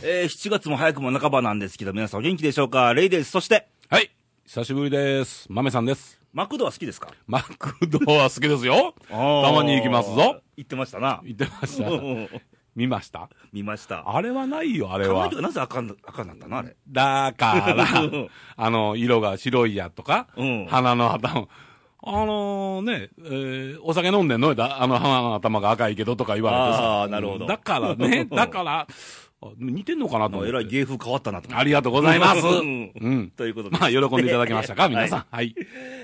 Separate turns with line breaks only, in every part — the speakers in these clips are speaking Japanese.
7月も早くも半ばなんですけど、皆さんお元気でしょうか。レイです。そして、
はい。久しぶりです。豆さんです。
マクドは好きですか？
マクドは好きですよ。たまに行きますぞ。
言ってましたな。
言ってました。見ました
見ました。
あれはないよ、あれは。
なぜ赤なったのあれ。
だから、色が白いやとか、鼻の頭、お酒飲んでんの鼻の頭が赤いけどとか言われてさ。
ああ、なるほど。
だからね、だから、似てんのかなと思って。
えらい芸風変わったなと。
ありがとうございます。うん。
ということで。
まあ、喜んでいただけましたか、皆さん。はい。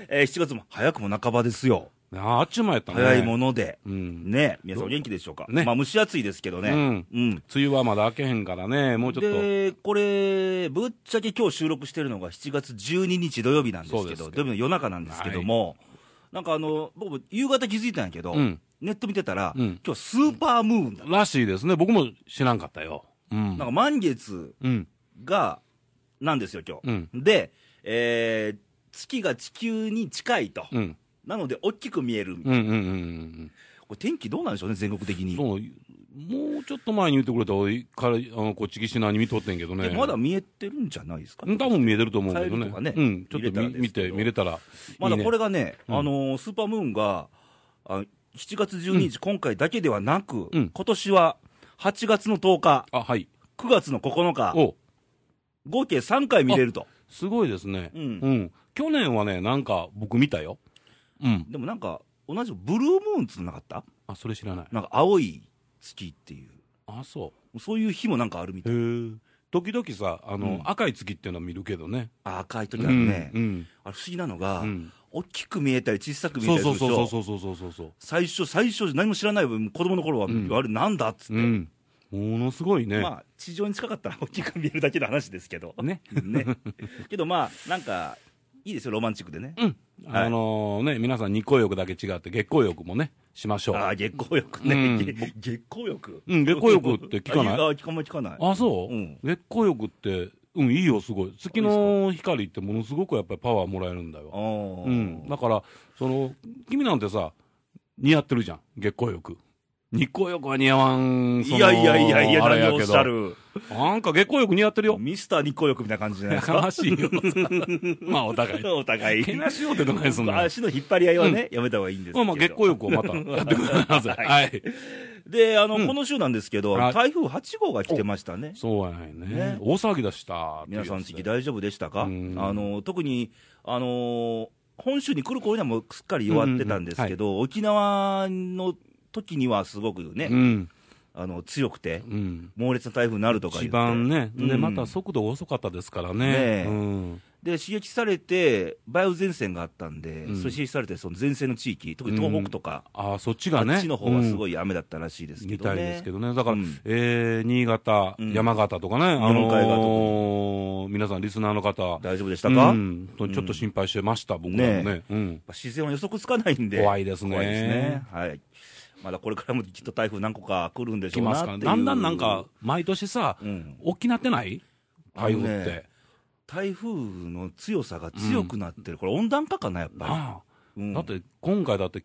7月も早くも半ばですよ。
あっちもやったね。
早いもので。ね。皆さんお元気でしょうか。ね。まあ蒸し暑いですけどね。
梅雨はまだ明けへんからね、もうちょっと。
で、これ、ぶっちゃけ今日収録してるのが7月12日土曜日なんですけど、土曜日の夜中なんですけども、なんか僕夕方気づいたんやけど、ネット見てたら、今日スーパームーンだ。
らしいですね。僕も知らんかったよ。
なんか満月が、なんですよ、今日。で、月が地球に近いと。なので、大きく見えるみたいな。これ天気どうなんでしょうね、全国的に。
そう、もうちょっと前に言ってくれたら、こっち岸なに見とってんけどね。
まだ見えてるんじゃないですか？
多分見えてると思うけどね。ちょっと見れたら。
まだこれがね、スーパームーンが、7月12日、今回だけではなく、今年は、8月の10日、9月の9日、合計3回見れると。
すごいですね。去年はね、なんか僕見たよ。
でもなんか、同じブルームーンってなかった？
あ、それ知らない。
なんか青い月っていう。
あ、そう。
そういう日もなんかあるみたい。
時々さ、赤い月っていうのは見るけどね。
赤い時あるね。あれ不思議なのが、大きく見えたり小さく見えたりするでしょ。
そう。
最初何も知らない子供の頃は、あれなんだっつって。
ものすごいね。
まあ、地上に近かったら大きく見えるだけの話ですけど。
ね。
けどまあ、なんか、いいですよ、ロマンチックでね。
皆さん日光浴だけ違って月光浴もね、しましょう。
ああ、月光浴ね。月光浴？
月光浴って聞かない？
聞かない。
あ、そう？月光浴って、いいよ、すごい。月の光ってものすごくやっぱりパワーもらえるんだよ。だから、君なんてさ、似合ってるじゃん、月光浴。日光浴は似合わん、
いや、何をおっしゃる。
なんか月光浴似合ってるよ。
ミスター日光浴みたいな感じじゃないですか。
やかしいよ。まあ、お互い。
お互い。
けなしようってどないすんの？
足の引っ張り合いはね、やめた方がいいんですけど。
まあ、月光浴をまたやってください。はい。
で、この週なんですけど、台風8号が来てましたね。
そうやね。大騒ぎだした。
皆さん地域大丈夫でしたか？特に、本州に来る頃にはもうすっかり弱ってたんですけど、沖縄の時にはすごくね、強くて、猛烈な台風になるとか言って。
一番ね。で、また速度遅かったですからね。
で、刺激されて、梅雨前線があったんで、それ刺激されて、その前線の地域、特に東北とか、
そっちがね。
あっちの方はすごい雨だったらしいですけどね。
みたいですけどね。だから、新潟、山形とかね、皆さんリスナーの方。
大丈夫でしたか？
ちょっと心配してました、僕らもね。
自然は予測つかないんで。
怖いですね。
はい。まだこれからもきっと台風何個か来るんでしょうなっていう。
だんだんなんか、毎年さ、大きなってない台風って。
台風の強さが強くなってる。これ温暖化かな、やっぱり。
だって、今回だって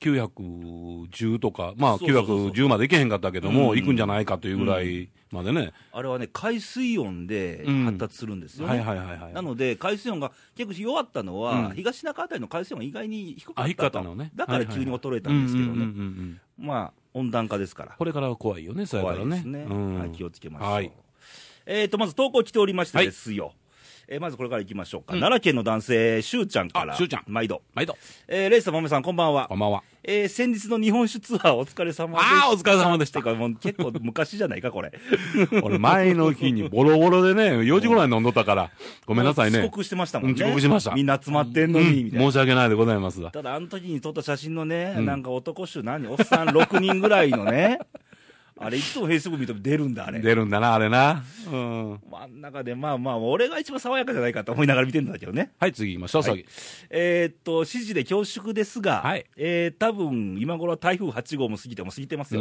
910とか、まあ910までいけへんかったけども、行くんじゃないかというぐらいまでね。
あれはね、海水温で発達するんですよね。なので、海水温が結構弱ったのは、東中あたりの海水温が意外に低かったと。だから急に衰えたんですけどね。まあ、温暖化ですから。
これからは怖いよね、それからね。
怖いですね。気をつけましょう。まず投稿来ておりましてですよ。まずこれから行きましょうか。奈良県の男性、しゅうちゃんから。毎度。レイさん、まめさん、こんばんは。
こんばんは。
先日の日本酒ツアーお疲れ様でした。
お疲れ様でした。
もう結構昔じゃないか、これ。
俺、前の日にボロボロでね、4時ぐらい飲んどったから、ごめんなさいね。
遅刻してましたもんね。
遅刻しました。
みんな集まってんのに、みたいな。
申し訳ないでございます。
ただ、あの時に撮った写真のね、なんか男衆おっさん6人ぐらいのね、あれ、いつもフェイスブック見ても出るんだ、あれ。
出るんだな、あれな。
真ん中で、まあ、俺が一番爽やかじゃないかと思いながら見てるんだけどね。
はい、次行きましょう、次。
指示で恐縮ですが、多分、今頃台風8号も過ぎてますよ。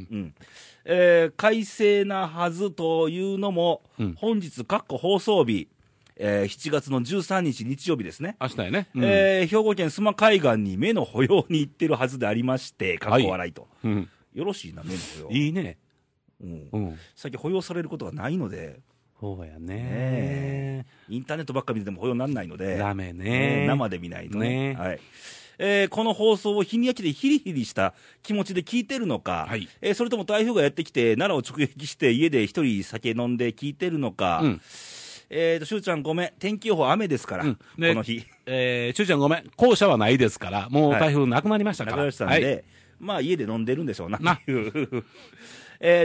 快晴なはずというのも、本日、放送日、7月の13日日曜日ですね。
明日やね。
兵庫県須磨海岸に目の保養に行ってるはずでありまして、笑いと。よろしいな、目の保養。
いいね。
最近保養されることがないので、
そうやね。
インターネットばっか見てても保養にならないので。
ダメね。
生で見ないとね。はい。この放送を日に焼きでヒリヒリした気持ちで聞いてるのか、
はい、
それとも台風がやってきて奈良を直撃して家で一人酒飲んで聞いてるのか、しゅうちゃんごめん、天気予報雨ですから、この日。し
ゅうちゃんごめん、校舎はないですから、もう台風なくなりましたから。
なくなりましたんで、まあ家で飲んでるんでしょうなっていう。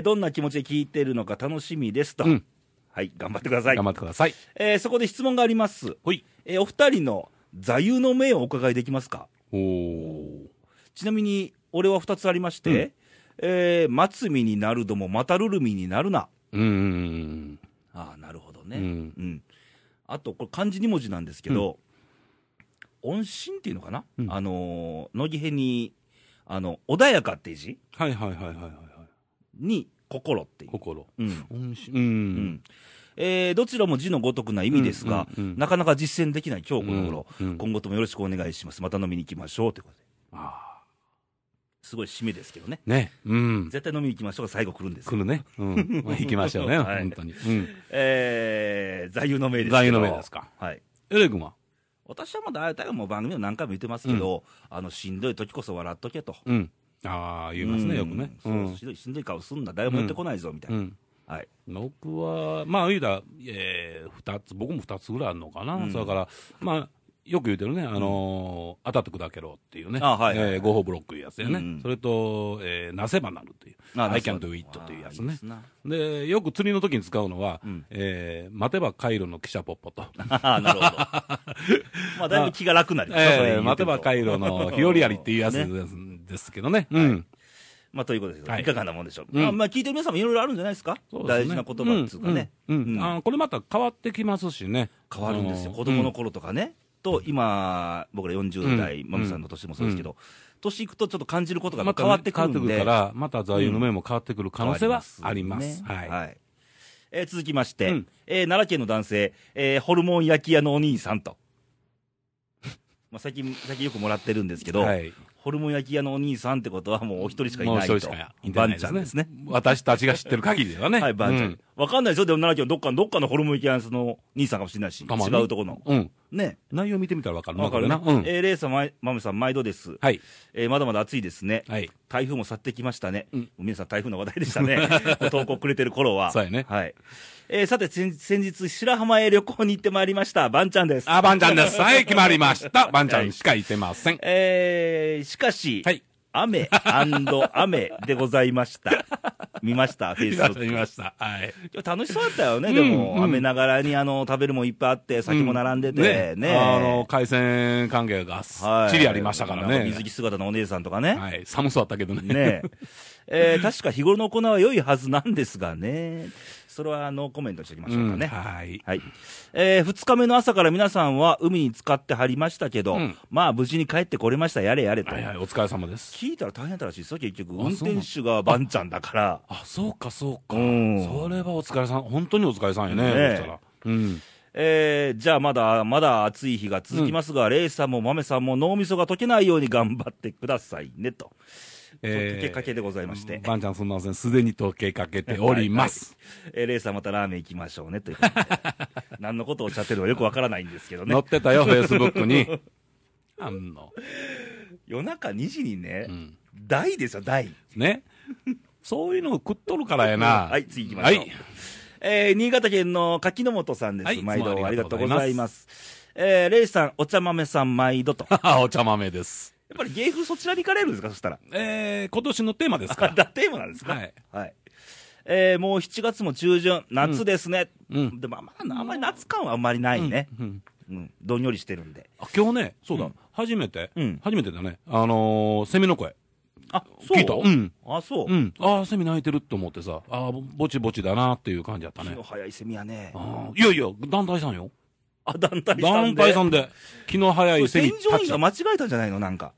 どんな気持ちで聞いてるのか楽しみですと。はい、頑張ってください。
頑張ってください。
そこで質問があります。
はい。
お二人の座右の銘をお伺いできますか？ちなみに、俺は2つありまして、末見になるども、またるるみになるな。ああ、なるほどね。あと、これ漢字2文字なんですけど、音信っていうのかな、乃木編に、穏やかっていう字に、心っていう。
心。
音信。どちらも字のごとくな意味ですが、なかなか実践できない今日この頃、今後ともよろしくお願いします。また飲みに行きましょうということで。すごい締めですけどね。
ね。
絶対飲みに行きましょうが最後来るんですよ。
来るね。行きましょうね、本当に。
座右の銘ですけど。
座右の銘ですか。
はい。
エレ君は？
私はもう大体もう番組で何回も言ってますけど、しんどい時こそ笑っとけと。
ああ、言いますね、よくね。
しんどい顔すんな、誰も寄ってこないぞ、みたいな。はい、
僕は、まあ、言うたら、僕も2つぐらいあるのかな。それから、まあ、よく言うてるね、当たって砕けろっていうね、合法ブロックいうやつやね。それと、なせばなるっていう、I can do it というやつね。で、よく釣りの時に使うのは、待てばカイロの汽車ポッポと。
なるほど。まあ、だいぶ気が楽になりますね。
待てばカイロの日和ありっていうやつですけどね。
まあ、ということですけど、いかがなもんでしょう。まあ、聞いてる皆さんもいろいろあるんじゃないですか。大事な言葉っていうかね。
これまた変わってきますしね。
変わるんですよ。子供の頃とかね。と、今、僕ら40代、マムさんの年もそうですけど、年いくとちょっと感じることが変わってくるんで。
変わってくるから、また座右の銘も変わってくる可能性はあります。
はい。続きまして、奈良県の男性、ホルモン焼き屋のお兄さんと。まあ、最近よくもらってるんですけど、ホルモン焼き屋のお兄さんってことはもうお一人しかいないと。バンちゃんですね。
私たちが知ってる限りではね。
はい、バンちゃん。わかんないでしょ。でも奈良県のどっかのホルモン焼き屋の兄さんかもしれないし、違うとこの。ね。
内容見てみたらわかるな。
わかるな。レイさん、マムさん、毎度です。はい。まだまだ暑いですね。はい。台風も去ってきましたね。皆さん台風の話題でしたね。投稿くれてる頃は。
そうやね。
はい。さて、先日、白浜へ旅行に行ってまいりました。バンちゃんです。
バンちゃんです。はい、決まりました。バンちゃんしかいてません。
しかし、雨雨でございました。見ました、フェイスブック。
見ました。はい。
今日楽しそうだったよね、でも。雨ながらに食べるもんいっぱいあって、酒も並んでて、ね。
海鮮関係がっちりありましたからね。
水着姿のお姉さんとかね。
はい。寒そうだったけどね。
ね。確か日頃の行いは良いはずなんですがね。それはノーコメントにしておきましょうかね。
はい。
はい。2日目の朝から皆さんは海に浸かってはりましたけど、まあ無事に帰ってこれました、やれやれと。
はいはい、お疲れ様です。
聞いたら大変だったらしいですよ、結局。運転手がバンちゃんだから。
そうか。それはお疲れさん、本当にお疲れさんよね、そした
ら。じゃあまだ暑い日が続きますが、レイさんもマメさんも脳みそが溶けないように頑張ってくださいね、と。溶けかけでございまして。
バンちゃんすみません。すでに溶けかけております。
レイさんまたラーメン行きましょうね、ということで。何のことをおっしゃってるのかよくわからないんですけどね。
載ってたよ、フェイスブックに。
夜中2時にね、大ですよ、大。
ね。そういうのを食っとるからやな。
はい、次行きましょう。新潟県の柿の本さんです。毎度ありがとうございます。レイさん、お茶豆さん、毎度と。
お茶豆です。
やっぱり芸風そちらに行かれるんですか、そしたら。
今年のテーマですか。
テーマなんですか。はい。もう7月も中旬、夏ですね。でも、あんまり夏感はあんまりないね。どんよりしてるんで。
今日ね、そうだ、初めてだね。セミの声。
そう
聞いた。
そう。
セミ鳴いてるって思ってさ、ぼちぼちだなっていう感じだったね。
気の早いセミやね。
いやいや、団体さんよ。
団体さんで。
気の早いセミ。
添乗員が間違えたんじゃないのなんか。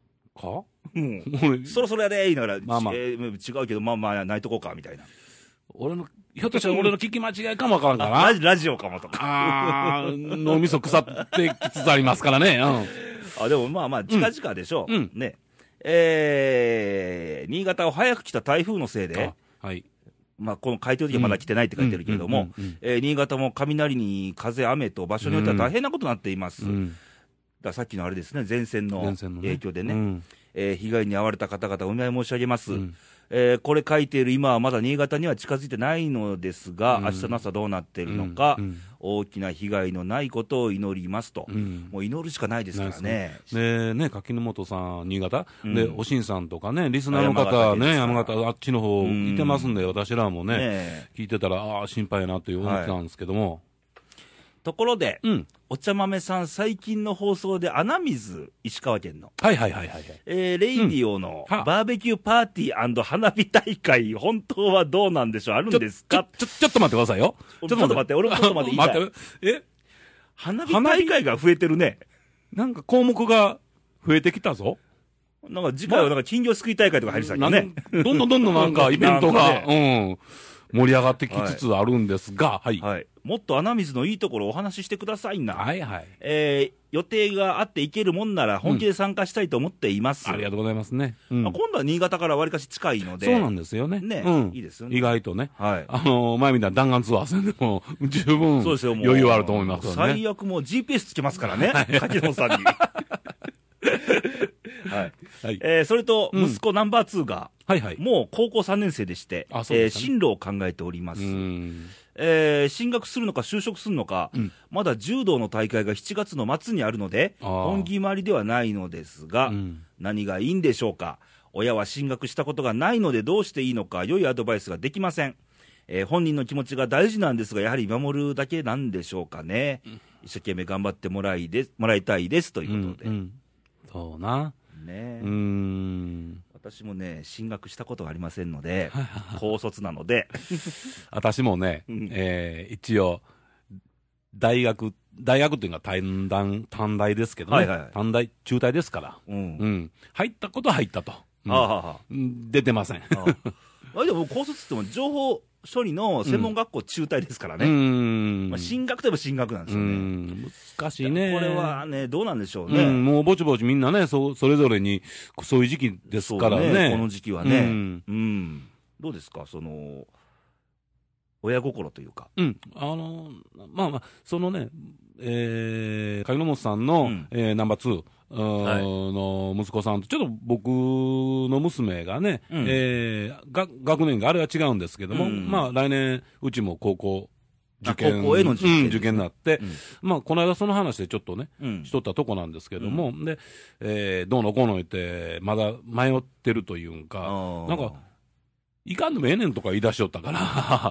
そろそろやで言いながら、違うけど、まあ、泣いとこうか、みたいな。
ひょっとしたら俺の聞き間違いかもわからんかな。
ラジオかもとか。
脳みそ腐ってきつつありますからね。
でもまあ、近々でしょう。ね。新潟を早く来た台風のせいで、 まあ、この回答的にはまだ来てないって書いてるけれども、新潟も雷に風、雨と場所によっては大変なことになっています。だからさっきのあれですね、前線の影響でね、被害に遭われた方々、お見舞い申し上げます。これ書いている今はまだ新潟には近づいてないのですが、明日の朝どうなっているのか、大きな被害のないことを祈りますと、もう祈るしかないですからね。
ね、柿本さん、新潟、で、おしんさんとかね、リスナーの方ね、山形、あっちの方いてますんで、私らもね、聞いてたら、ああ、心配やなと思ってたんですけども。
ところで、お茶豆さん、最近の放送で穴水、石川県の、レイディオのバーベキューパーティー&花火大会、本当はどうなんでしょう、あるんですか？
ちょっと待ってくださいよ。
ちょっと待って、俺もちょっと待って、言いたい。花火大会が増えてるね。
なんか項目が増えてきたぞ。
なんか次回はなんか金魚すくい大会とか入りそうだね。
どんどんなんかイベントが、盛り上がってきつつあるんですが、
もっと穴水のいいところをお話ししてくださいな。予定があって行けるもんなら本気で参加したいと思っています。
ありがとうございますね。
今度は新潟からわりかし近いので。
そうなんですよね。
いいですよね。
意外とね。前みたいな弾丸ツアー戦でも十分余裕あると思いますよね。
最悪もう GPS つけますからね。柿野さんに。それと、息子ナンバー2が、もう高校3年生でして、進路を考えております。進学するのか就職するのか、まだ柔道の大会が7月の末にあるので、本決まりではないのですが、何がいいんでしょうか。親は進学したことがないのでどうしていいのか、良いアドバイスができません。本人の気持ちが大事なんですが、やはり守るだけなんでしょうかね。一生懸命頑張ってもらいたいですということで。
そうな。
私もね、進学したことがありませんので、高卒なので。
私もね、一応、大学っていうのは短大ですけどね、短大、中大ですから、入ったことは入ったと。出てません。
でも高卒っても情報処理の専門学校中退ですからね。進学といえば進学なんですよね。
難しいね。
これはね、どうなんでしょうね。
もうぼちぼちみんなね、それぞれに、そういう時期ですからね。
この時期はね。どうですか、親心というか。
そのね、柿本さんの、ナンバー2。の息子さんと、ちょっと僕の娘がね、学年があれは違うんですけども、来年、うちも高校受験になって、この間その話でちょっとね、しとったとこなんですけども、で、どうのこうの言って、まだ迷ってるというんか、なんか、いかんでもええねんとか言い出しとったから。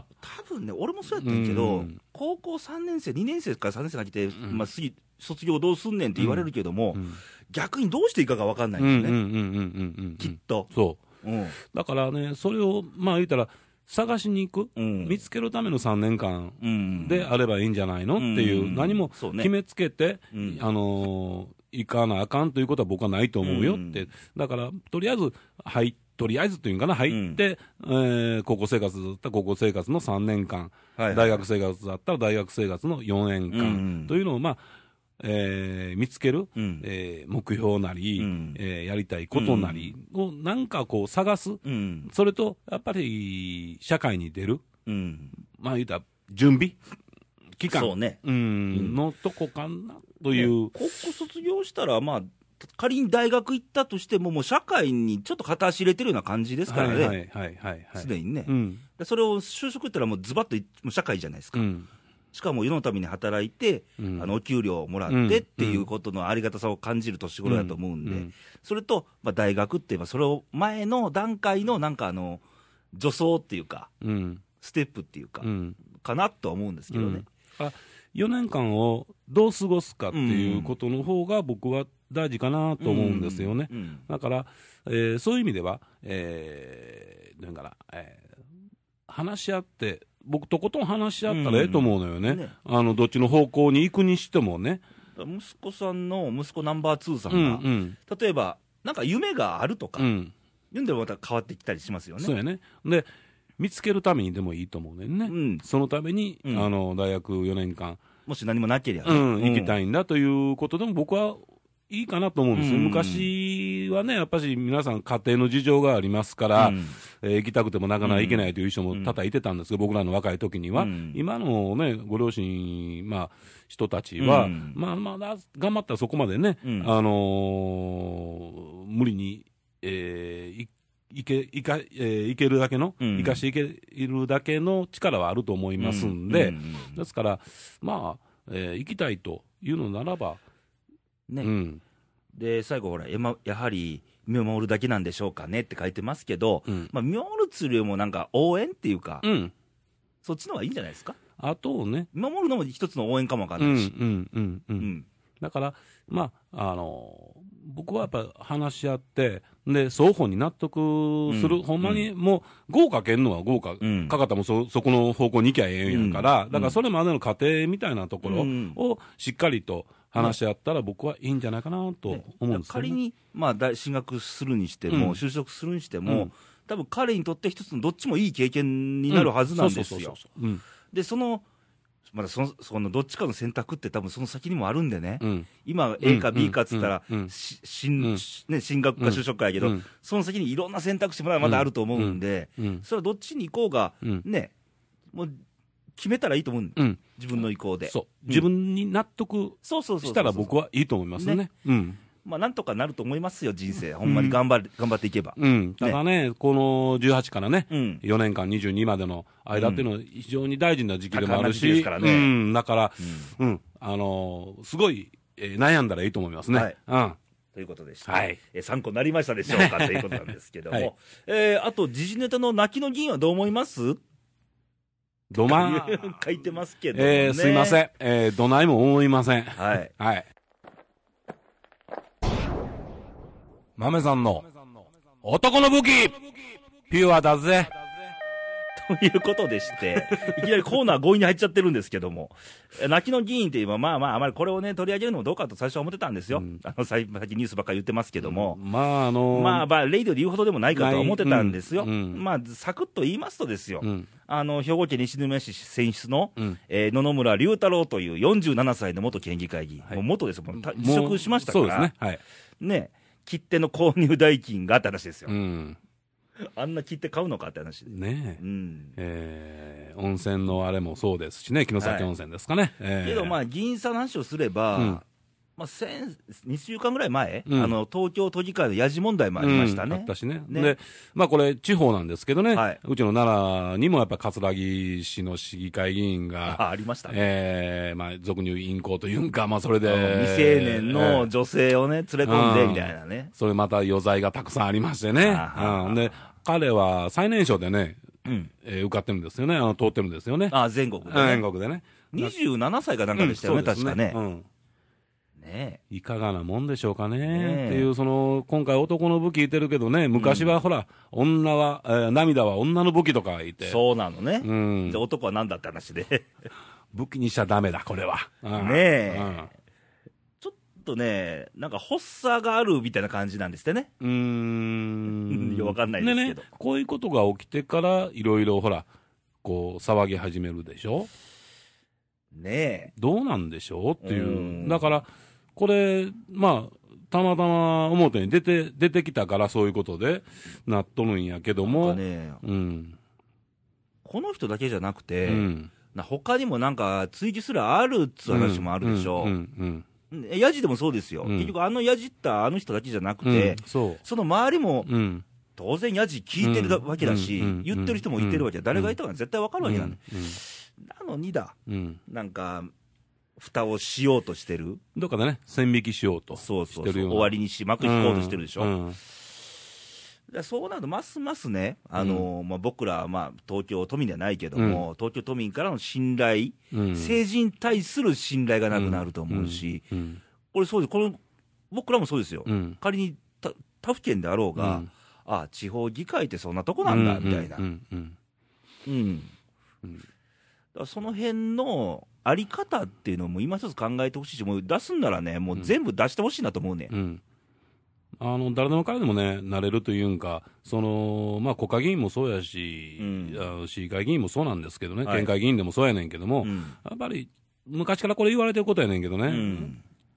多分ね、俺もそうやったんやけど、高校3年生、2年生から3年生が来て、次、卒業どうすんねんって言われるけども、逆にどうしていいかが分かんないんですね。きっと。
そう。だからね、それを、言ったら、探しに行く、見つけるための3年間であればいいんじゃないのっていう、何も決めつけて、行かなあかんということは僕はないと思うよって。だから、とりあえず、とりあえずというかな、入って、高校生活だったら高校生活の3年間、大学生活だったら大学生活の4年間というのを、見つける、目標なり、やりたいことなりをなんかこう探す、それとやっぱり社会に出る、言うたら準備期間のとこかなという。
高校卒業したら、仮に大学行ったとしても、もう社会にちょっと片足入れてるような感じですからね、すでにね。それを就職ったら、もうズバッと社会じゃないですか。しかも世のために働いて、お給料をもらってっていうことのありがたさを感じる年頃だと思うんで、それと、大学っていえば、それを前の段階のなんか助走っていうか、ステップっていうか、かなとは思うんですけどね。
4年間をどう過ごすかっていうことの方が僕は大事かなと思うんですよね。だから、そういう意味では、なんかな、話し合って、僕とことん話し合ったらええと思うのよね。どっちの方向に行くにしてもね。
息子さんの息子ナンバー2さんが、例えば、なんか夢があるとか、言うんでもまた変わってきたりしますよね。
そうやね。で、見つけるためにでもいいと思うねんね。そのために、大学4年間。
もし何もなければ
行きたいんだということでも僕はいいかなと思うんですよ。昔はね、やっぱり皆さん家庭の事情がありますから、行きたくてもなかなか行けないという人も多々いてたんですけど、僕らの若い時には、今のね、ご両親、人たちは、頑張ったらそこまでね、無理に、行けるだけの、生かしていけるだけの力はあると思いますんで、ですから、行きたいというのならば、
ね、で最後ほら、やはり見守るだけなんでしょうかねって書いてますけど、見守るつうよりもなんか応援っていうか、そっちの方がいいんじゃないですか。
あとね、
見守るのも一つの応援かもわかんないし、
だから僕はやっぱ話し合って、で双方に納得する、ほんまにもう豪華けんのは豪華、かかったもそこの方向に行きゃええんやから、だからそれまでの過程みたいなところをしっかりと話し合ったら僕はいいんじゃないかなと思うんですよね。
仮に、進学するにしても、就職するにしても、多分彼にとって一つのどっちもいい経験になるはずなんですよ。で、そのどっちかの選択って多分その先にもあるんでね、今 A か B かっつったら、進学か就職かやけど、その先にいろんな選択肢まだあると思うんで、それはどっちに行こうが、ね、もう決めたらいいと思うんで、自分の意向で。
自分に納得したら僕はいいと思いますね。
なんとかなると思いますよ、人生。ほんまに頑張っていけば。
ただね、この18からね、4年間22までの間っていうのは非常に大事な時期でもあるし、だから、すごい悩んだらいいと思いますね。
ということでした。参考になりましたでしょうかということなんですけども。あと、時事ネタの泣きの議員はどう思います？書いてますけどね。
すいません。どないも思いません。豆さんの男の武器ピュアだぜ
ということでして、いきなりコーナー強引に入っちゃってるんですけども、泣きの議員って言えば、あまりこれをね、取り上げるのもどうかと最初は思ってたんですよ。さっきニュースばっかり言ってますけども、レイディオで言うほどでもないかとは思ってたんですよ。サクッと言いますとですよ、兵庫県西宮市選出の、野々村龍太郎という47歳の元県議会議員、元ですよ、辞職しましたから、ね、切手の購入代金がって話ですよ。あんな切手買うのかって話で。
温泉のあれもそうですしね、城崎温泉ですかね。
けど議員さんの話をすれば、2週間ぐらい前、東京都議会のやじ問題もありましたね。
あったしね。で、これ地方なんですけどね、うちの奈良にもやっぱ葛城市の市議会議員が、
ありましたね。
俗に言う淫行というか、それで。
未成年の女性をね、連れ込んでみたいなね。
それまた余罪がたくさんありましてね。で、彼は最年少でね、受かってるんですよね。通ってるんですよね。
全国でね。
全国でね。
27歳かなんかでしたよね、確かね。
いかがなもんでしょうかね。っていう、今回男の武器言ってるけどね、昔はほら、涙は女の武器とか言って。
そうなのね。じゃあ男は何だって話で。
武器にしちゃダメだ、これは。
ちょっとね、なんか発作があるみたいな感じなんですってね。わかんないですけど。
こういうことが起きてから、いろいろほら、騒ぎ始めるでしょ。どうなんでしょうっていう。だから、これ、たまたま表に出てきたからそういうことでなっとるんやけども。
この人だけじゃなくて、他にもなんか追記すらあるっつう話もあるでしょ。ヤジでもそうですよ。結局ヤジったあの人だけじゃなくて、その周りも、当然ヤジ聞いてるわけだし、言ってる人もいてるわけだ。誰がいたか絶対わかるわけなんで。なのになんか、蓋をしようとしてる。
どっかでね、線引きしようとしてるような。
終わりに幕引こうとしてるでしょ。そうなると、ますますね、僕ら、東京都民ではないけども、東京都民からの信頼、政治に対する信頼がなくなると思うし、これそうです、僕らもそうですよ。仮に他府県であろうが、地方議会ってそんなとこなんだ、みたいな。その辺のあり方っていうのも今一つ考えてほしいし、もう出すんならね、もう全部出してほしいなと思うね。
誰でも彼でもね、なれるというんか、国会議員もそうやし、市議会議員もそうなんですけどね、県会議員でもそうやねんけども、やっぱり昔からこれ言われてることやねんけどね、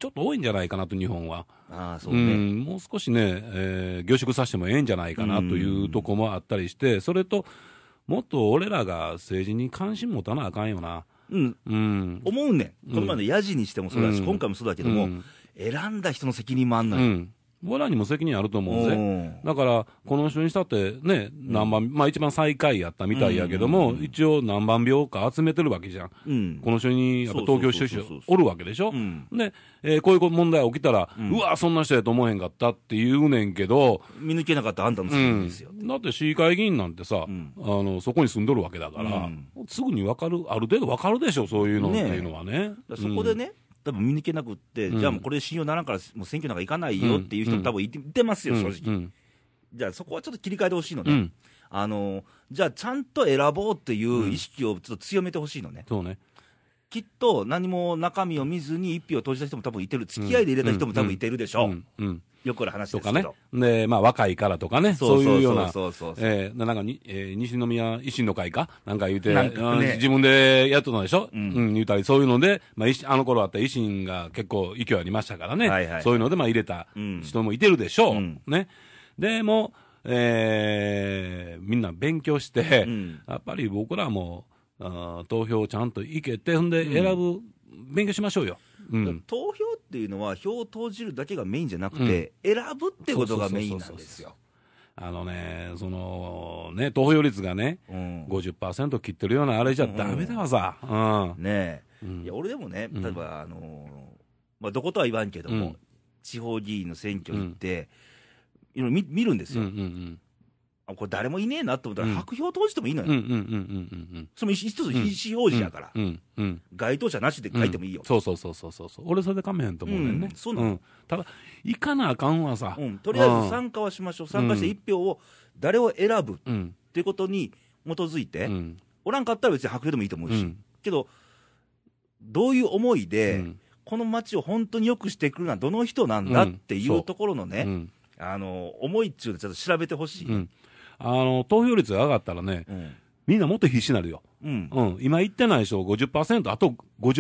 ちょっと多いんじゃないかなと、日本は。
そうね、
もう少しね、凝縮させてもええんじゃないかなというとこもあったりして、それと、もっと俺らが政治に関心持たなあかんよな。
思うねん。この前のヤジにしてもそうだし、今回もそうだけども、選んだ人の責任もあんのよ。
俺らにも責任あると思うぜ。だから、この人にしたってね、何番、まあ一番最下位やったみたいやけども、一応何番票か集めてるわけじゃん。この人にやっぱ東京出身おるわけでしょ。で、こういう問題起きたら、うわ、そんな人やと思えへんかったって言うねんけど、
見抜けなかったあんたの責任ですよ。
だって市議会議員なんてさ、そこに住んどるわけだから、すぐに分かる、ある程度分かるでしょ、そういうのっていうのはね。
そこでね、多分見抜けなくって、じゃあもうこれで信用ならんから、もう選挙なんか行かないよっていう人も多分いてますよ、正直。じゃあそこはちょっと切り替えてほしいのね。じゃあちゃんと選ぼうっていう意識をちょっと強めてほしいのね。
そうね。
きっと何も中身を見ずに一票を投じた人も多分いてる、付き合いで入れた人も多分いてるでしょ。よくある話ですけど。
とかね。で、まあ若いからとかね、そういうような、なんか西宮維新の会かなんか言うて、自分でやっとったでしょ言うたり、そういうので、まああの頃あった維新が結構勢いありましたからね。そういうのでまあ入れた人もいてるでしょう。ね。でも、みんな勉強して、やっぱり僕らも、投票ちゃんと行けて、ほんで選ぶ、勉強しましょうよ。
投票っていうのは票を投じるだけがメインじゃなくて、選ぶってことがメインなんですよ。
そのね、投票率がね、50% 切ってるようなあれじゃダメだわさ。
ねえ。いや、俺でもね、例えば、まあ、どことは言わんけども、地方議員の選挙行って、いろいろ見るんですよ。これ誰もいねえなと思ったら、白票投じてもいいのよ。それも一つ意思表示やから。該当者なしで書いてもいいよ。
そう。俺それでかめへんと思うねんね。そうなの。ただ、行かなあかんわさ。
とりあえず参加はしましょう。参加して一票を、誰を選ぶっていうことに基づいて、おらんかったら別に白票でもいいと思うし。けど、どういう思いで、この街を本当に良くしてくるのはどの人なんだっていうところのね、思いっていうのをちょっと調べてほしい。
投票率が上がったらね、みんなもっと必死になるよ。今言ってない人50%、あと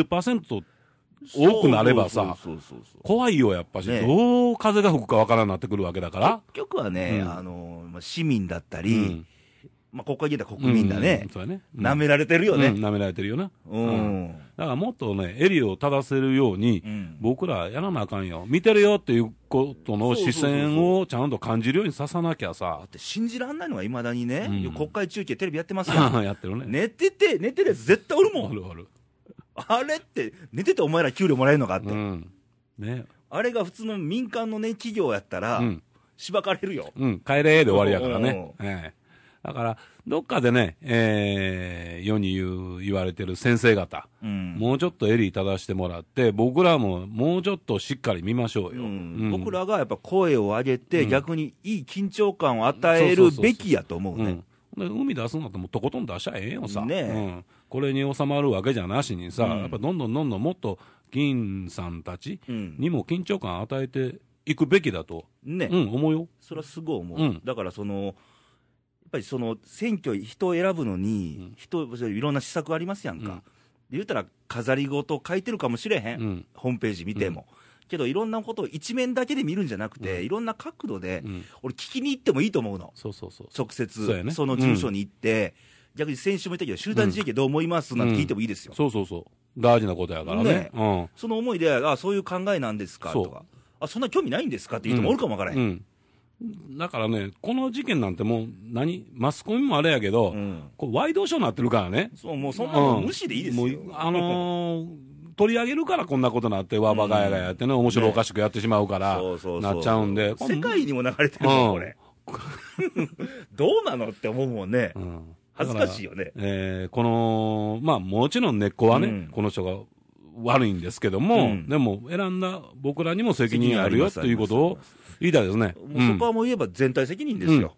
50% 多くなればさ、怖いよ、やっぱし。どう風が吹くかわからんなってくるわけだから。
結局はね、市民だったり、まあ、国会議員だ国民だね。舐められてるよね。
舐められてるよな。だからもっとね、襟を正せるように、僕らやらなあかんよ。見てるよっていうことの視線をちゃんと感じるようにささなきゃさ。
だって信じらんないのがいまだにね、国会中継テレビやってますよ。
やってるね。
寝てるやつ絶対おるもん。あれって、寝ててお前ら給料もらえるのかって。あれが普通の民間のね、企業やったら、しばかれるよ。
帰れーで終わりやからね。だから、どっかでね、世に言われてる先生方、もうちょっと襟正してもらって、僕らももうちょっとしっかり見ましょうよ。
僕らがやっぱ声を上げて、逆にいい緊張感を与えるべきやと思うね。
海出すんだってもうとことん出しちゃええよさ。これに収まるわけじゃなしにさ、やっぱどんどんもっと議員さんたちにも緊張感を与えていくべきだと、思うよ。
それはすごい思う。だからやっぱり選挙、人を選ぶのに、いろんな施策ありますやんか。言うたら、飾りごと書いてるかもしれへん、ホームページ見ても。けど、いろんなことを一面だけで見るんじゃなくて、いろんな角度で、俺、聞きに行ってもいいと思うの。直接、その事務所に行って、逆に先週も言ったけど、集団自衛権どう思いますなんて聞いてもいいですよ。
大事なことやからね。
その思いで、そういう考えなんですかとか、そんな興味ないんですかっていう人もおるかもわからへん。
だからね、この事件なんてもう、マスコミもあれやけど、これワイドショーになってるからね。
もうそんなの無視でいいですよ。
取り上げるからこんなことになって、わばがやがやってね、面白おかしくやってしまうから、なっちゃうんで。
世界にも流れてるの、これ。どうなのって思うもんね。恥ずかしいよね。
まあもちろん根っこはね、この人が悪いんですけども、でも選んだ僕らにも責任あるよっていうことを言いたいですね。
そこはもう言えば全体責任ですよ。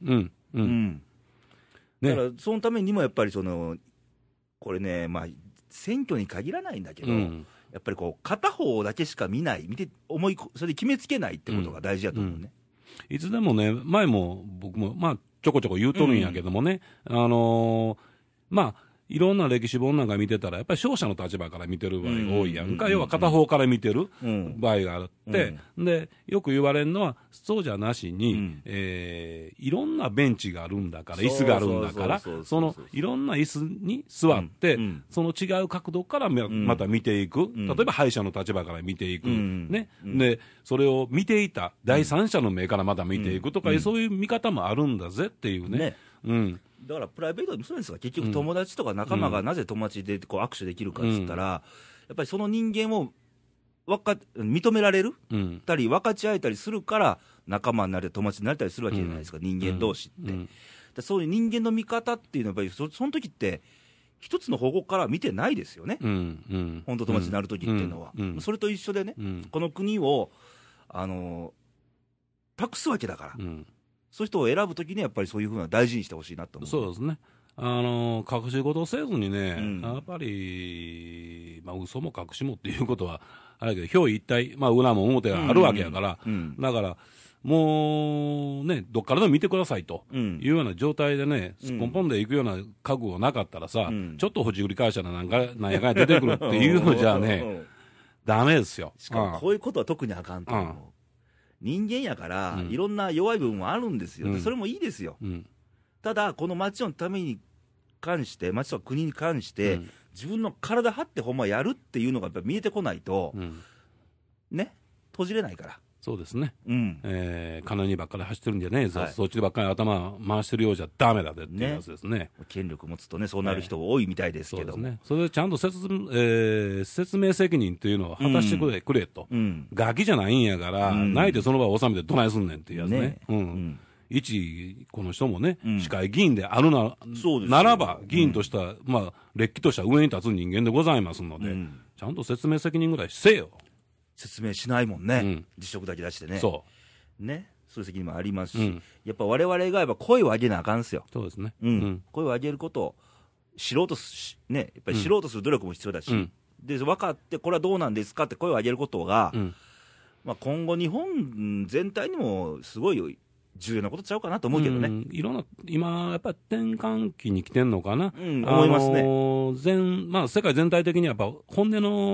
だからそのためにもやっぱりこれね、まあ選挙に限らないんだけど、やっぱり片方だけしか見ない、それで決めつけないってことが大事だと思うね。
いつでもね、前も僕もまあちょこちょこ言うとるんやけどもね、まあいろんな歴史本なんか見てたら、やっぱり勝者の立場から見てる場合が多いやんか、要は片方から見てる場合があって、でよく言われるのは、そうじゃなしに、いろんなベンチがあるんだから、椅子があるんだから、そのいろんな椅子に座って、その違う角度からまた見ていく、例えば敗者の立場から見ていく、ねで、それを見ていた第三者の目からまた見ていくとか、そういう見方もあるんだぜっていうね。
だからプライベートでもそうですが、結局友達とか仲間がなぜ友達でこう握手できるかっつったら、やっぱりその人間を認められるたり分かち合えたりするから仲間になれ友達になれたりするわけじゃないですか、人間同士って、そういう人間の見方っていうのはやっぱりその時って一つの方向から見てないですよね、本当友達になる時っていうのは、それと一緒でね、この国を託すわけだから、そういう人を選ぶときにやっぱりそういうふうな大事にしてほしいなと思う。
そうですね。隠し事をせずにね、やっぱり、嘘も隠しもっていうことはあれだけど、表一体、裏も表があるわけやから、だからもうね、どっからでも見てくださいというような状態でね、すっぽんぽんでいくような覚悟なかったらさ、ちょっとほじくり返したらなんやかんや出てくるっていうのじゃね、ダメですよ。
しかもこういうことは特にあかんと思う。人間やから、いろんな弱い部分もあるんですよ、それもいいですよ、ただ、この町のために関して、町と国に関して、自分の体張ってほんまやるっていうのがやっぱ見えてこないと、ね、閉じれないから。
そうですね、金にばっかり走ってるんじゃねえぞ、そっちでばっかり頭回してるようじゃだめだでっていうやつですね。
権力持つとね、そうなる人多いみたいですけども、
それでちゃんと説明責任というのを果たしてくれと、ガキじゃないんやから、泣いてその場を収めてどないすんねんっていうやつね。一この人もね、市会議員であるならば、議員としたら、れっきとした上に立つ人間でございますので、ちゃんと説明責任ぐらいせよ。
説明しないもんね、辞職だけ出してね。そういう責任もありますし、やっぱ我々がやっぱ声を上げなあかんすよ。
そうですね。
声を上げることを知ろうとね、やっぱり知ろうとする努力も必要だし、で分かってこれはどうなんですかって声を上げることが、今後日本全体にもすごい重要なことちゃうかなと思うけどね。
いろんな、今、やっぱり転換期に来てんのかな。
思いますね。
世界全体的にやっぱ本音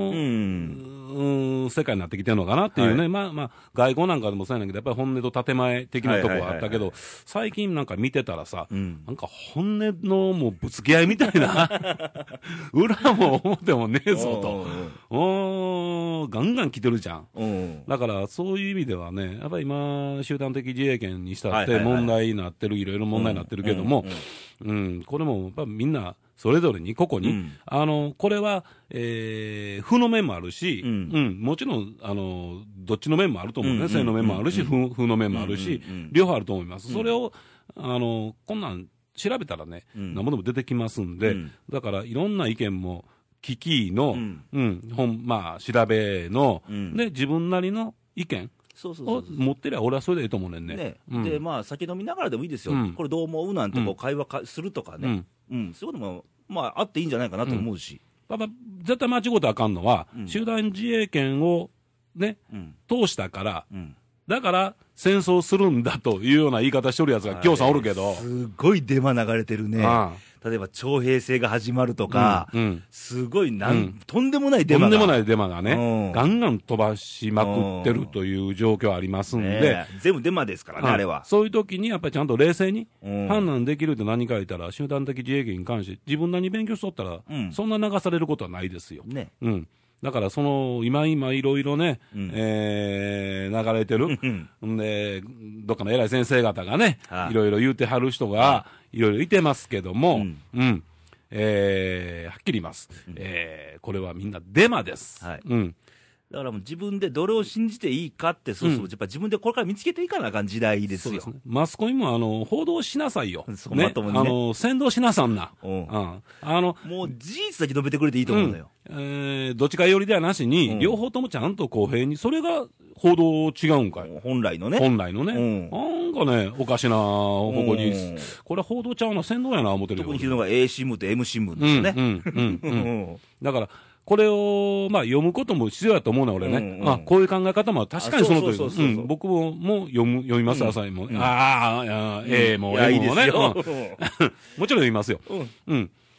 の、世界になってきてるのかなっていうね。外交なんかでもそうやねんけど、やっぱり本音と建前的なとこはあったけど、最近なんか見てたらさ、なんか本音のもうぶつけ合いみたいな、裏も表もねえぞと。ガンガン来てるじゃん。だからそういう意味ではね、やっぱり今、集団的自衛権にしたって問題になってる、いろいろ問題になってるけども、これもやっぱみんなそれぞれに個々に、これは、負の面もあるし、もちろんどっちの面もあると思うね、正の面もあるし、負の面もあるし、両方あると思います。それをこんなん調べたらね、何もでも出てきますんで、だからいろんな意見も聞きの、調べの、で自分なりの意見を持ってりゃ俺はそれでいいと思うねんね。
で酒飲みながらでもいいですよ、これどう思うなんてこう会話するとかね、そういうこともあっていいんじゃないかなと思うし、
絶対間違うとあかんのは、集団自衛権をね、通したから、だから戦争するんだというような言い方しとるやつがぎょうさんおるけど、
すごいデマ流れてるね。例えば徴兵制が始まるとか、すごいとんでもないデマ
がね、ガンガン飛ばしまくってるという状況ありますんで、
全部デマですからね、あれは。
そういう時にやっぱりちゃんと冷静に判断できるって何か言ったら、集団的自衛権に関して自分なりに勉強しとったら、そんな流されることはないですよ。だから今いろいろね、流れてる、でどっかの偉い先生方がね、いろいろ言うてはる人がいろいろいてますけども、はっきり言います、これはみんなデマです。
だからもう自分でどれを信じていいかって、やっぱ自分でこれから見つけていかなあかん時代ですよ。
マスコミも報道しなさいよ。
まともにね。
先導しなさんな。
もう事実だけ述べてくれていいと思うんだよ。
どっちか寄りではなしに、両方ともちゃんと公平に、それが報道違うんかい。
本来のね。
なんかね、おかしな方向に、これは報道ちゃうな、先導やな、思ってるよ。
特にひどいのが A 新聞と M 新聞ですよね。
だから、これを、読むことも必要やと思うな、俺ね。こういう考え方も確かにその通り。僕も読みます、朝にも。もう、A も M もね。もちろん読みますよ。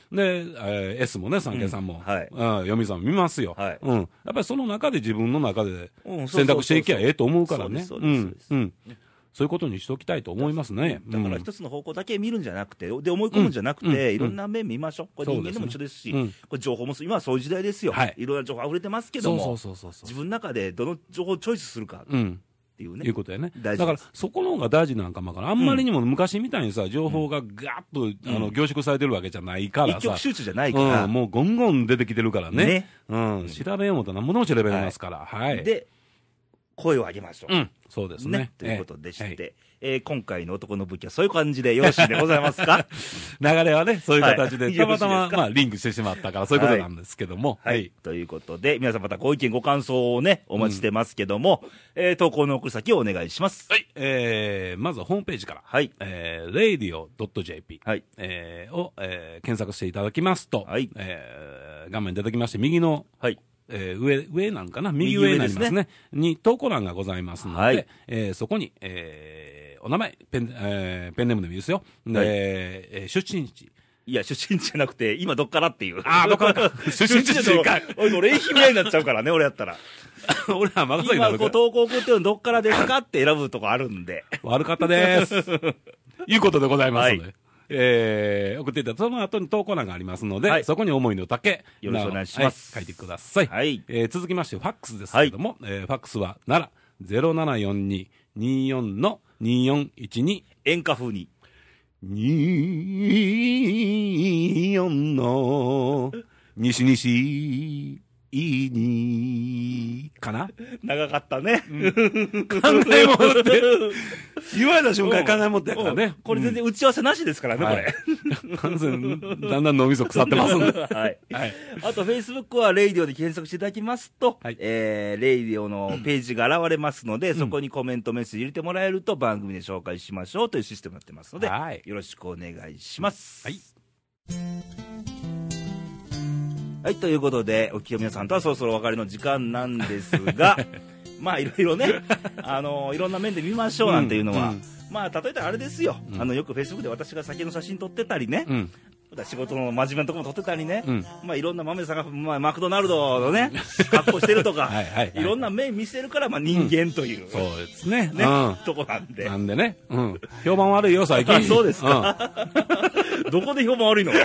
で、S もね、産経さんも、読みさんも見ますよ。やっぱりその中で自分の中で選択していきゃええと思うからね。そういうことにしておきたいと思いますね。
だから一つの方向だけ見るんじゃなくて、で思い込むんじゃなくて、いろんな面見ましょう。これ人間でも一緒ですし、これ情報も今はそういう時代ですよ。いろんな情報溢れてますけども、自分の中でどの情報をチョイスするかっていうね。
いうことやね。だからそこの方が大事なんかもから、あんまりにも昔みたいにさ、情報がガーッと凝縮されてるわけじゃないからさ。
一極集中じゃないから。
もうゴンゴン出てきてるからね。調べようもと何もでも調べれますから。
で、声を上げましょう。
そうですね。
ということでして、今回の男の武器はそういう感じでよろしいでございますか？
流れはね、そういう形で、たまたまリンクしてしまったから、そういうことなんですけども。
ということで、皆さんまたご意見ご感想をね、お待ちしてますけども、投稿の送り先をお願いします。
まずはホームページから、radio.jp を検索していただきますと、画面出てきまして、右の、上なんかな、右上になりますね。に投稿欄がございますので、そこに、お名前、ペンネームでもいいですよ。出身地。
いや、出身地じゃなくて、今どっからっていう。
どっからか。出身地っていうか。
俺、愛媛になっちゃうからね、俺やったら。
俺は長崎になるから。
今、投稿送ってるのどっからですかって選ぶとこあるんで。
悪かったです。いうことでございますので。送っていただいたその後に投稿欄がありますので、そこに思いの丈、
よろしくお願いします。
書いてください。続きまして、ファックスですけども、ファックスは奈良 0742-24-2412
演歌風に。
24の西西いいにかな
長かったね。
考えもって言われた瞬間考えもってやからね。
これ全然打ち合わせなしですからね、これ。
完全だんだん脳みそ腐ってますんで。あ
と、Facebook はレイディオで検索していただきますと、レイディオのページが現れますので、そこにコメントメッセージ入れてもらえると番組で紹介しましょうというシステムになってますので、よろしくお願いします。はい、ということで、お聞きの皆さんとはそろそろお別れの時間なんですが、まあ、いろいろね、いろんな面で見ましょうなんていうのは、まあ、例えばあれですよ、よく Facebook で私が酒の写真撮ってたりね、仕事の真面目なところも撮ってたりね、まあ、いろんな豆さんが、マクドナルドのね、格好してるとか、いろんな面見せるから、まあ、人間という、
そうですね。
とこなんで。
なんでね、評判悪いよ、最近。
そうですか。どこで評判悪いの？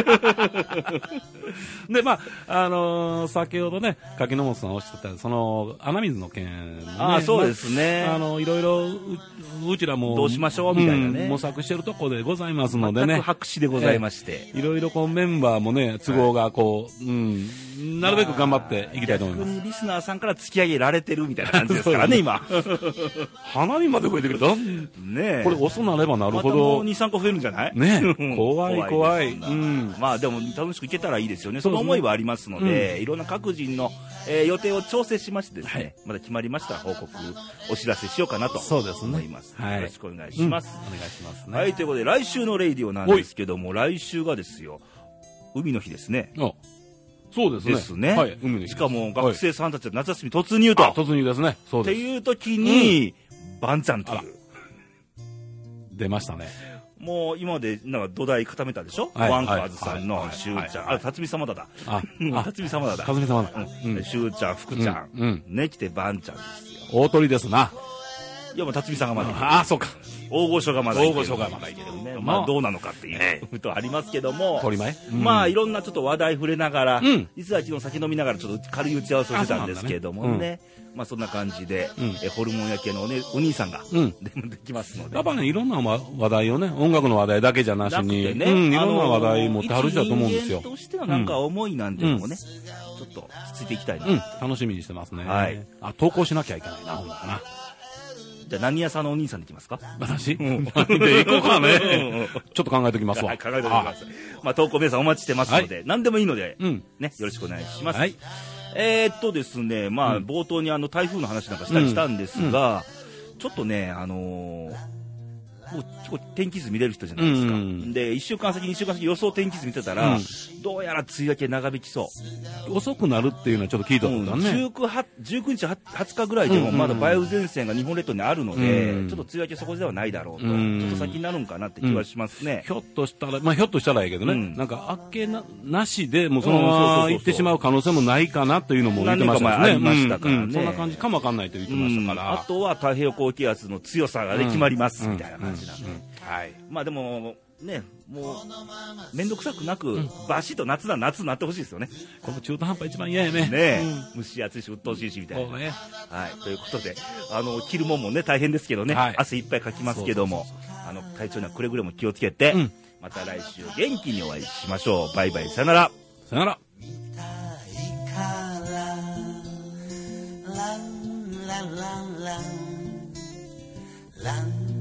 で、まあ、先ほどね、柿本さんおっしゃった、その、穴水の件、
そうですね。
いろいろ、うちらも、
どうしましょうみたいなね。
模索してるところでございますのでね。
全く白紙でございまして。
いろいろこうメンバーもね、都合がこう、なるべく頑張っていきたいと思います。
逆にリスナーさんから突き上げられてるみたいな感じですからね、今。
花見まで増えてくると、
ね
これ遅なればなるほど。
もう2、3個増えるんじゃない
ね怖い。
まあでも楽しくいけたらいいですよね。その思いはありますので、いろんな各人の予定を調整しましてですね、まだ決まりましたら報告、お知らせしようかなと思います。よろしくお願いします。
お願いしますね。
はい、ということで来週のレイディオなんですけども、来週がですよ、海の日ですね。
そうですね。
ですね。
はい、海の日。
しかも学生さんたちは夏休み突入と。
突入ですね。そうです。
っていう時に、バンちゃんという。
出ましたね。
もう今までなんか土台固めたでしょ、ワンカーズさんのしゅうちゃん、辰巳様だ。辰巳様だ。
辰巳様だ。
しゅうちゃん、福ちゃん、ね、来てバンちゃんですよ。
大鳥ですな。
いや、もう辰巳さんがまだいける。
そうか。
大御所がまだいける。
大御所がまだいける
ね。まあどうなのかっていうことありますけども。
鳥前
まあいろんなちょっと話題触れながら、実は昨日酒飲みながらちょっと軽い打ち合わせをしてたんですけどもね。まあそんな感じで、ホルモン焼きのお兄さんができますので。
やっぱね、いろんな話題をね、音楽の話題だけじゃなしに、いろんな話題持ってはる人だと思うんですよ。
人間としてのなんか思いなんていうのもね、ちょっとついていきたいな。
楽しみにしてますね。
はい。
投稿しなきゃいけないな、ほんだな。
じゃあ何屋さんのお兄さんでいきますか？
私で行こうかね。ちょっと考えておきますわ。
考えておきます。まあ投稿皆さんお待ちしてますので、何でもいいので、ね、よろしくお願いします。はい。ですね、まあ冒頭に台風の話なんかしたりしたんですが、ちょっとね、 天気図見れる人じゃないですか。で、1週間先、2週間先予想天気図見てたら、どうやら梅雨明け長引きそう。
遅くなるっていうのはちょっと聞いたことだね。
19日、20日ぐらいでもまだ梅雨前線が日本列島にあるので、ちょっと梅雨明けそこではないだろうと。ちょっと先になるんかなって気はしますね。
ひょっとしたら、ひょっとしたらやけどね、なんか明けなしで、もうそのまま行ってしまう可能性もないかなというのも言ってましたね。
ありましたからね。
そんな感じかもわかんないと言ってましたから。
あとは太平洋高気圧の強さが決まりますみたいな感じなんで。はい。まあでも、ね、もう、めんどくさくなく、バシッと夏になってほしいですよね。
この中途半端一番嫌やね。
ね蒸し暑いし、鬱陶しいし、みたいな。はい。ということで、着るもんもね、大変ですけどね、汗いっぱいかきますけども、体調にはくれぐれも気をつけて、また来週元気にお会いしましょう。バイバイ、さよなら。
さよなら。
ラン